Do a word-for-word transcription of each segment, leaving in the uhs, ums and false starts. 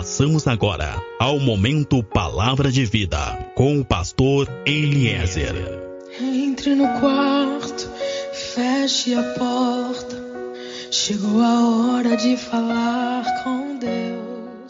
Passamos agora ao momento Palavra de Vida com o pastor Eliezer. Entre no quarto, feche a porta. Chegou a hora de falar com Deus.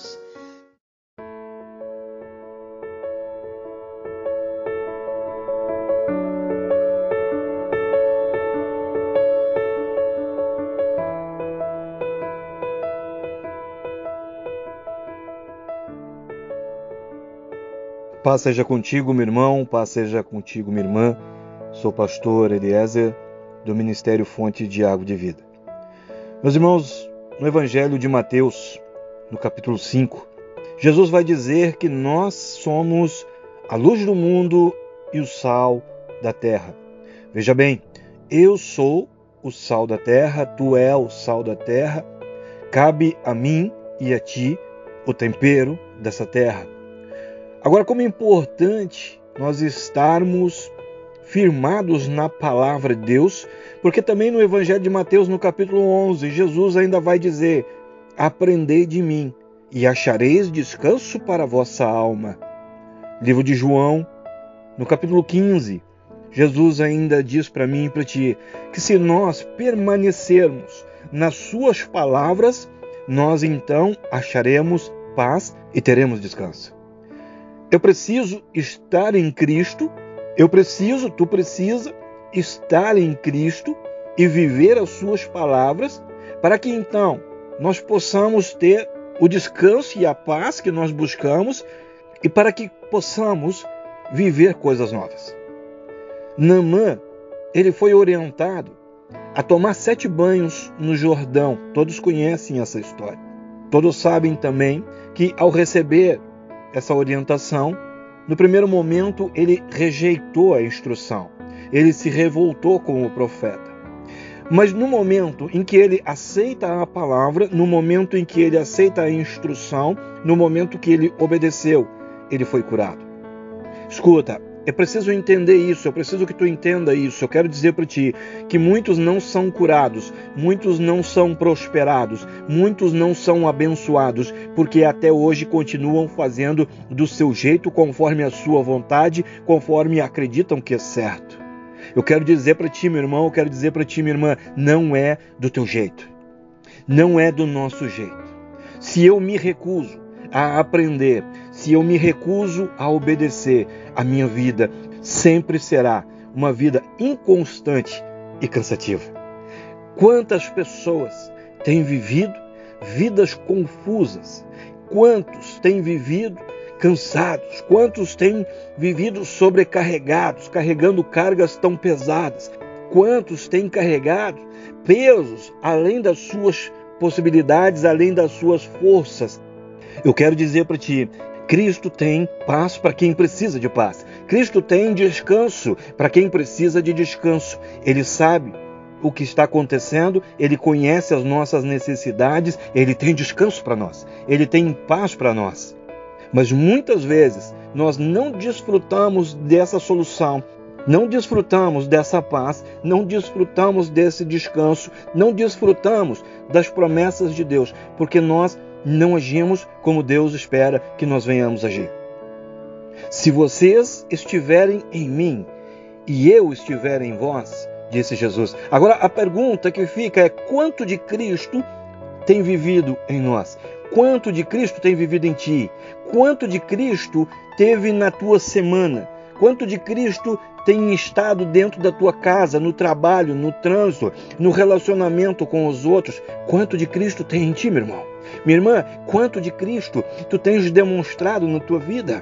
Paz seja contigo, meu irmão, paz seja contigo, minha irmã. Sou o pastor Eliezer, do Ministério Fonte de Água de Vida. Meus irmãos, no Evangelho de Mateus, no capítulo cinco, Jesus vai dizer que nós somos a luz do mundo e o sal da terra. Veja bem, eu sou o sal da terra, tu és o sal da terra, cabe a mim e a ti o tempero dessa terra. Agora, como é importante nós estarmos firmados na palavra de Deus, porque também no Evangelho de Mateus, no capítulo onze, Jesus ainda vai dizer: aprendei de mim e achareis descanso para a vossa alma. Livro de João, no capítulo quinze, Jesus ainda diz para mim e para ti que se nós permanecermos nas suas palavras, nós então acharemos paz e teremos descanso. Eu preciso estar em Cristo, eu preciso, tu precisa estar em Cristo e viver as suas palavras, para que então nós possamos ter o descanso e a paz que nós buscamos e para que possamos viver coisas novas. Naamã, ele foi orientado a tomar sete banhos no Jordão. Todos conhecem essa história. Todos sabem também que ao receber essa orientação, no primeiro momento ele rejeitou a instrução, ele se revoltou com o profeta. Mas no momento em que ele aceita a palavra, no momento em que ele aceita a instrução, no momento que ele obedeceu, ele foi curado. Escuta, é preciso entender isso, eu preciso que tu entenda isso. Eu quero dizer para ti que muitos não são curados, muitos não são prosperados, muitos não são abençoados, porque até hoje continuam fazendo do seu jeito, conforme a sua vontade, conforme acreditam que é certo. Eu quero dizer para ti, meu irmão, eu quero dizer para ti, minha irmã, não é do teu jeito, não é do nosso jeito. Se eu me recuso a aprender, se eu me recuso a obedecer, a minha vida sempre será uma vida inconstante e cansativa. Quantas pessoas têm vivido vidas confusas? Quantos têm vivido cansados? Quantos têm vivido sobrecarregados, carregando cargas tão pesadas? Quantos têm carregado pesos além das suas possibilidades, além das suas forças? Eu quero dizer para ti, Cristo tem paz para quem precisa de paz. Cristo tem descanso para quem precisa de descanso. Ele sabe o que está acontecendo, Ele conhece as nossas necessidades, Ele tem descanso para nós, Ele tem paz para nós. Mas muitas vezes nós não desfrutamos dessa solução, não desfrutamos dessa paz, não desfrutamos desse descanso, não desfrutamos das promessas de Deus, porque nós não agimos como Deus espera que nós venhamos agir. Se vocês estiverem em mim e eu estiver em vós, disse Jesus. Agora a pergunta que fica é: quanto de Cristo tem vivido em nós? Quanto de Cristo tem vivido em ti? Quanto de Cristo teve na tua semana? Quanto de Cristo tem estado dentro da tua casa, no trabalho, no trânsito, no relacionamento com os outros? Quanto de Cristo tem em ti, meu irmão? Minha irmã, quanto de Cristo tu tens demonstrado na tua vida?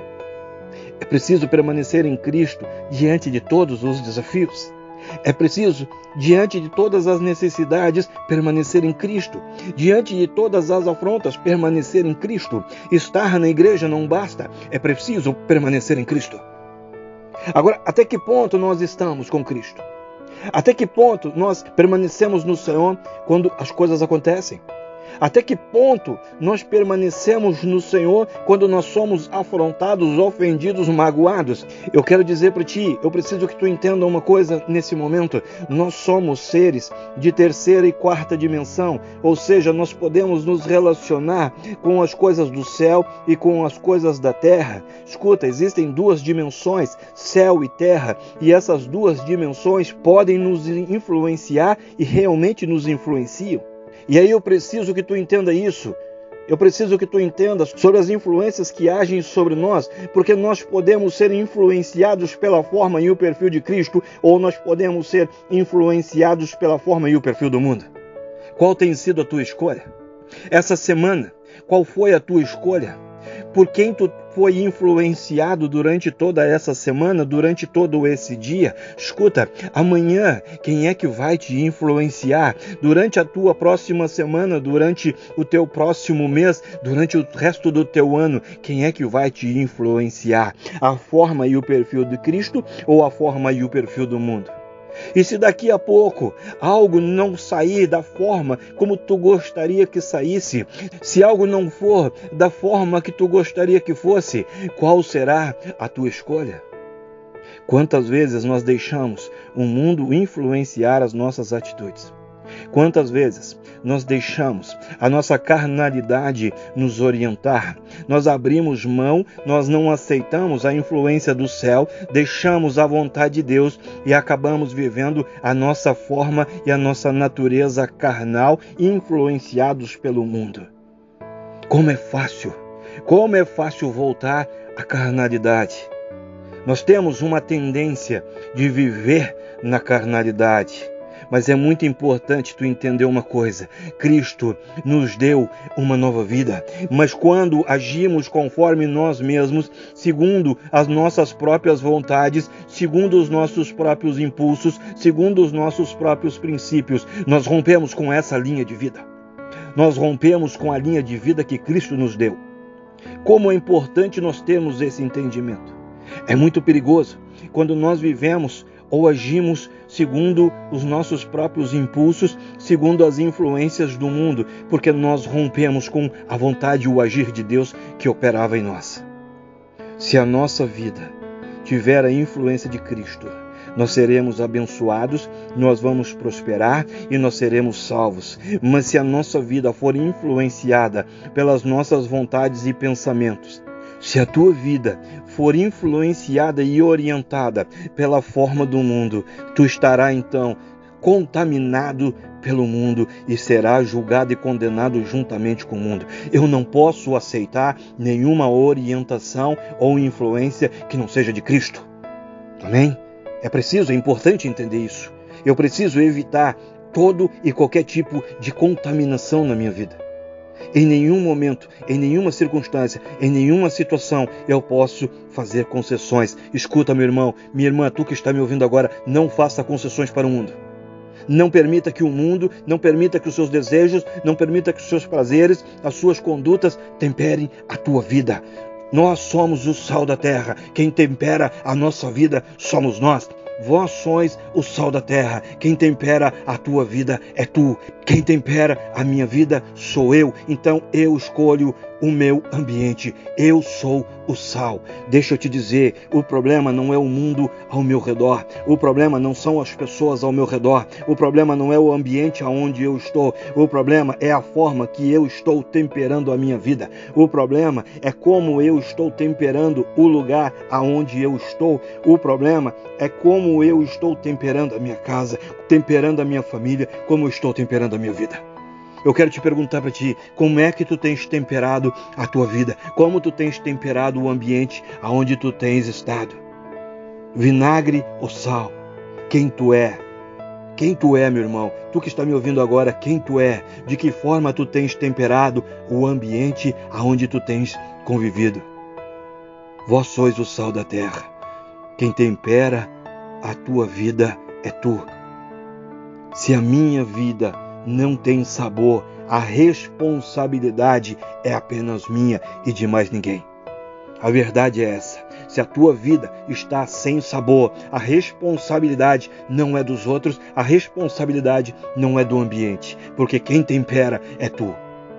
É preciso permanecer em Cristo diante de todos os desafios. É preciso, diante de todas as necessidades, permanecer em Cristo. Diante de todas as afrontas, permanecer em Cristo. Estar na igreja não basta, é preciso permanecer em Cristo. Agora, até que ponto nós estamos com Cristo? Até que ponto nós permanecemos no Senhor quando as coisas acontecem? Até que ponto nós permanecemos no Senhor quando nós somos afrontados, ofendidos, magoados? Eu quero dizer para ti, eu preciso que tu entenda uma coisa nesse momento. Nós somos seres de terceira e quarta dimensão, ou seja, nós podemos nos relacionar com as coisas do céu e com as coisas da terra. Escuta, existem duas dimensões, céu e terra, e essas duas dimensões podem nos influenciar e realmente nos influenciam. E aí eu preciso que tu entenda isso. Eu preciso que tu entenda sobre as influências que agem sobre nós, porque nós podemos ser influenciados pela forma e o perfil de Cristo, ou nós podemos ser influenciados pela forma e o perfil do mundo. Qual tem sido a tua escolha? Essa semana, qual foi a tua escolha? Por quem tu foi influenciado durante toda essa semana, durante todo esse dia? Escuta, amanhã, quem é que vai te influenciar? Durante a tua próxima semana, durante o teu próximo mês, durante o resto do teu ano, quem é que vai te influenciar? A forma e o perfil de Cristo ou a forma e o perfil do mundo? E se daqui a pouco algo não sair da forma como tu gostaria que saísse, se algo não for da forma que tu gostaria que fosse, qual será a tua escolha? Quantas vezes nós deixamos o mundo influenciar as nossas atitudes? Quantas vezes nós deixamos a nossa carnalidade nos orientar? Nós abrimos mão, nós não aceitamos a influência do céu, deixamos a vontade de Deus e acabamos vivendo a nossa forma e a nossa natureza carnal, influenciados pelo mundo. Como é fácil, como é fácil voltar à carnalidade. Nós temos uma tendência de viver na carnalidade. Mas é muito importante tu entender uma coisa. Cristo nos deu uma nova vida. Mas quando agimos conforme nós mesmos, segundo as nossas próprias vontades, segundo os nossos próprios impulsos, segundo os nossos próprios princípios, nós rompemos com essa linha de vida. Nós rompemos com a linha de vida que Cristo nos deu. Como é importante nós termos esse entendimento. É muito perigoso quando nós vivemos ou agimos segundo os nossos próprios impulsos, segundo as influências do mundo, porque nós rompemos com a vontade e o agir de Deus que operava em nós. Se a nossa vida tiver a influência de Cristo, nós seremos abençoados, nós vamos prosperar e nós seremos salvos. Mas se a nossa vida for influenciada pelas nossas vontades e pensamentos, se a tua vida for influenciada e orientada pela forma do mundo, tu estarás então contaminado pelo mundo e será julgado e condenado juntamente com o mundo. Eu não posso aceitar nenhuma orientação ou influência que não seja de Cristo. Amém? É preciso, é importante entender isso. Eu preciso evitar todo e qualquer tipo de contaminação na minha vida. Em nenhum momento, em nenhuma circunstância, em nenhuma situação eu posso fazer concessões. Escuta, meu irmão, minha irmã, tu que está me ouvindo agora, não faça concessões para o mundo. Não permita que o mundo, não permita que os seus desejos, não permita que os seus prazeres, as suas condutas temperem a tua vida. Nós somos o sal da terra. Quem tempera a nossa vida somos nós. Vós sois o sal da terra. Quem tempera a tua vida é tu. Quem tempera a minha vida sou eu. Então eu escolho o meu ambiente. Eu sou o sal. Deixa eu te dizer, o problema não é o mundo ao meu redor. O problema não são as pessoas ao meu redor. O problema não é o ambiente aonde eu estou. O problema é a forma que eu estou temperando a minha vida. O problema é como eu estou temperando o lugar aonde eu estou. O problema é como eu estou temperando a minha casa, temperando a minha família, como eu estou temperando a minha vida. Eu quero te perguntar para ti, como é que tu tens temperado a tua vida? Como tu tens temperado o ambiente aonde tu tens estado? Vinagre ou sal? Quem tu é? Quem tu é, meu irmão? Tu que está me ouvindo agora, quem tu é? De que forma tu tens temperado o ambiente aonde tu tens convivido? Vós sois o sal da terra. Quem tempera a tua vida é tu. Se a minha vida não tem sabor, a responsabilidade é apenas minha e de mais ninguém. A verdade é essa. Se a tua vida está sem sabor, a responsabilidade não é dos outros, a responsabilidade não é do ambiente, porque quem tempera é tu.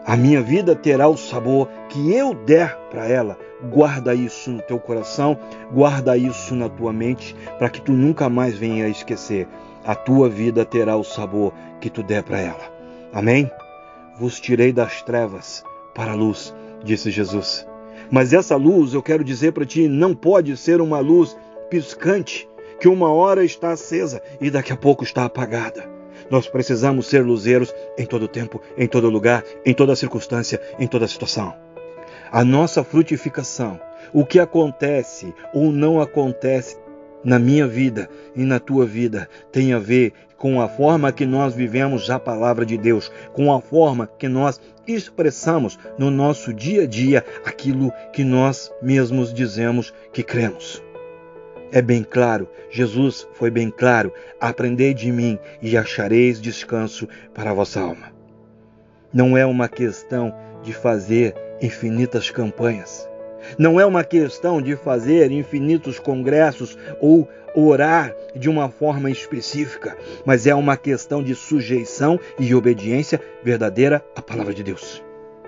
A minha vida terá o sabor que eu der para ela. Guarda isso no teu coração, guarda isso na tua mente, para que tu nunca mais venha a esquecer. A tua vida terá o sabor que tu der para ela. Amém? Vos tirei das trevas para a luz, disse Jesus. Mas essa luz, eu quero dizer para ti, não pode ser uma luz piscante, que uma hora está acesa e daqui a pouco está apagada. Nós precisamos ser luzeiros em todo tempo, em todo lugar, em toda circunstância, em toda situação. A nossa frutificação, o que acontece ou não acontece na minha vida e na tua vida, tem a ver com a forma que nós vivemos a palavra de Deus, com a forma que nós expressamos no nosso dia a dia aquilo que nós mesmos dizemos que cremos. É bem claro, Jesus foi bem claro, aprendei de mim e achareis descanso para a vossa alma. Não é uma questão de fazer infinitas campanhas. Não é uma questão de fazer infinitos congressos ou orar de uma forma específica, mas é uma questão de sujeição e obediência verdadeira à palavra de Deus.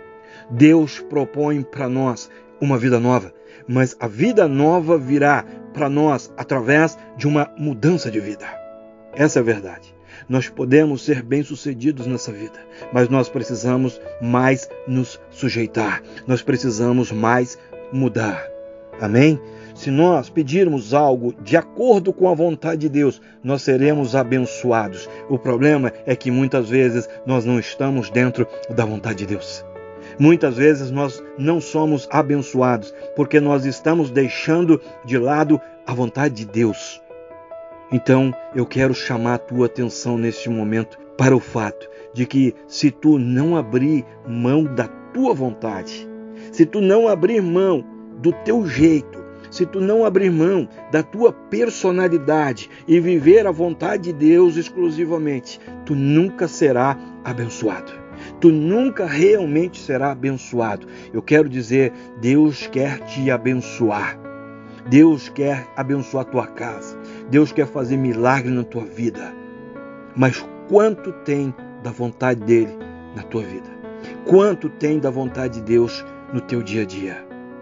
Deus propõe para nós uma vida nova, mas a vida nova virá para nós através de uma mudança de vida. Essa é a verdade. Nós podemos ser bem-sucedidos nessa vida, mas nós precisamos mais nos sujeitar. Nós precisamos mais mudar. Amém? Se nós pedirmos algo de acordo com a vontade de Deus, nós seremos abençoados. O problema é que muitas vezes nós não estamos dentro da vontade de Deus. Muitas vezes nós não somos abençoados porque nós estamos deixando de lado a vontade de Deus. Então, eu quero chamar a tua atenção neste momento para o fato de que se tu não abrir mão da tua vontade, se tu não abrir mão do teu jeito, se tu não abrir mão da tua personalidade e viver a vontade de Deus exclusivamente, tu nunca será abençoado. Tu nunca realmente será abençoado. Eu quero dizer, Deus quer te abençoar. Deus quer abençoar a tua casa. Deus quer fazer milagre na tua vida. Mas quanto tem da vontade dele na tua vida? Quanto tem da vontade de Deus no teu dia a dia?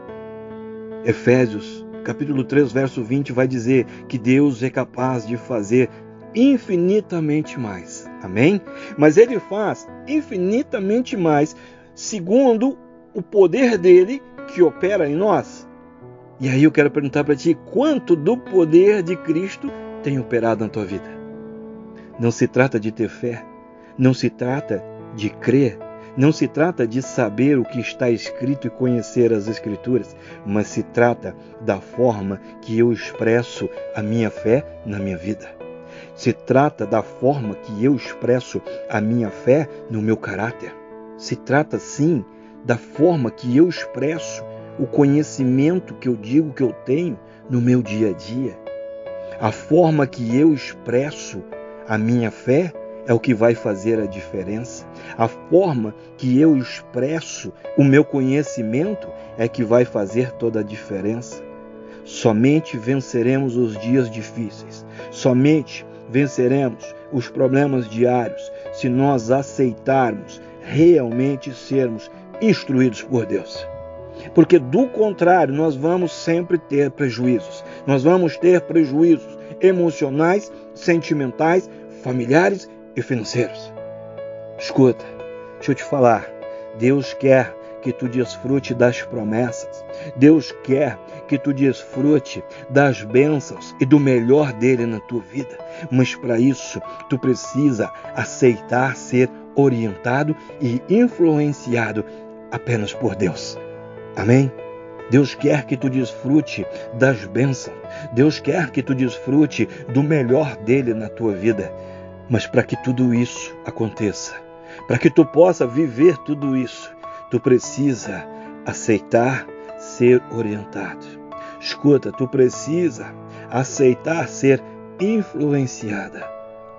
Efésios, capítulo três, verso vinte, vai dizer que Deus é capaz de fazer infinitamente mais. Amém? Mas ele faz infinitamente mais segundo o poder dele que opera em nós. E aí eu quero perguntar para ti, quanto do poder de Cristo tem operado na tua vida? Não se trata de ter fé, não se trata de crer, não se trata de saber o que está escrito e conhecer as Escrituras, mas se trata da forma que eu expresso a minha fé na minha vida. Se trata da forma que eu expresso a minha fé no meu caráter. Se trata, sim, da forma que eu expresso o conhecimento que eu digo que eu tenho no meu dia a dia. A forma que eu expresso a minha fé é o que vai fazer a diferença. A forma que eu expresso o meu conhecimento é que vai fazer toda a diferença. Somente venceremos os dias difíceis. Somente venceremos os problemas diários se nós aceitarmos realmente sermos instruídos por Deus. Porque do contrário, nós vamos sempre ter prejuízos. Nós vamos ter prejuízos emocionais, sentimentais, familiares e financeiros. Escuta, deixa eu te falar. Deus quer que tu desfrute das promessas. Deus quer que tu desfrute das bênçãos e do melhor dele na tua vida. Mas para isso, tu precisa aceitar ser orientado e influenciado apenas por Deus. Amém? Deus quer que tu desfrute das bênçãos. Deus quer que tu desfrute do melhor dele na tua vida. Mas para que tudo isso aconteça, para que tu possa viver tudo isso, tu precisa aceitar ser orientado. Escuta, tu precisa aceitar ser influenciada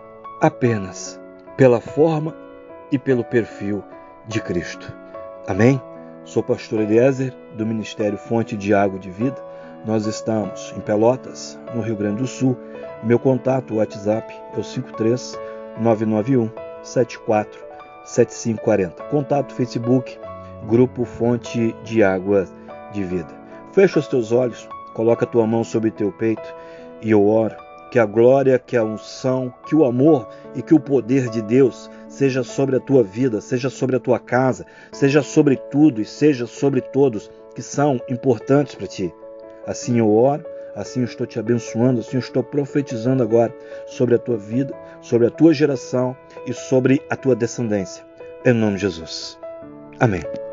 apenas pela forma e pelo perfil de Cristo. Amém? Sou pastor Eliezer, do Ministério Fonte de Água de Vida. Nós estamos em Pelotas, no Rio Grande do Sul. Meu contato, o WhatsApp, é o cinco três nove nove um sete quatro sete cinco quatro zero. Contato Facebook, Grupo Fonte de Água de Vida. Fecha os teus olhos, coloca a tua mão sobre o teu peito e eu oro que a glória, que a unção, que o amor e que o poder de Deus seja sobre a tua vida, seja sobre a tua casa, seja sobre tudo e seja sobre todos que são importantes para ti. Assim eu oro, assim eu estou te abençoando, assim eu estou profetizando agora sobre a tua vida, sobre a tua geração e sobre a tua descendência. Em nome de Jesus. Amém.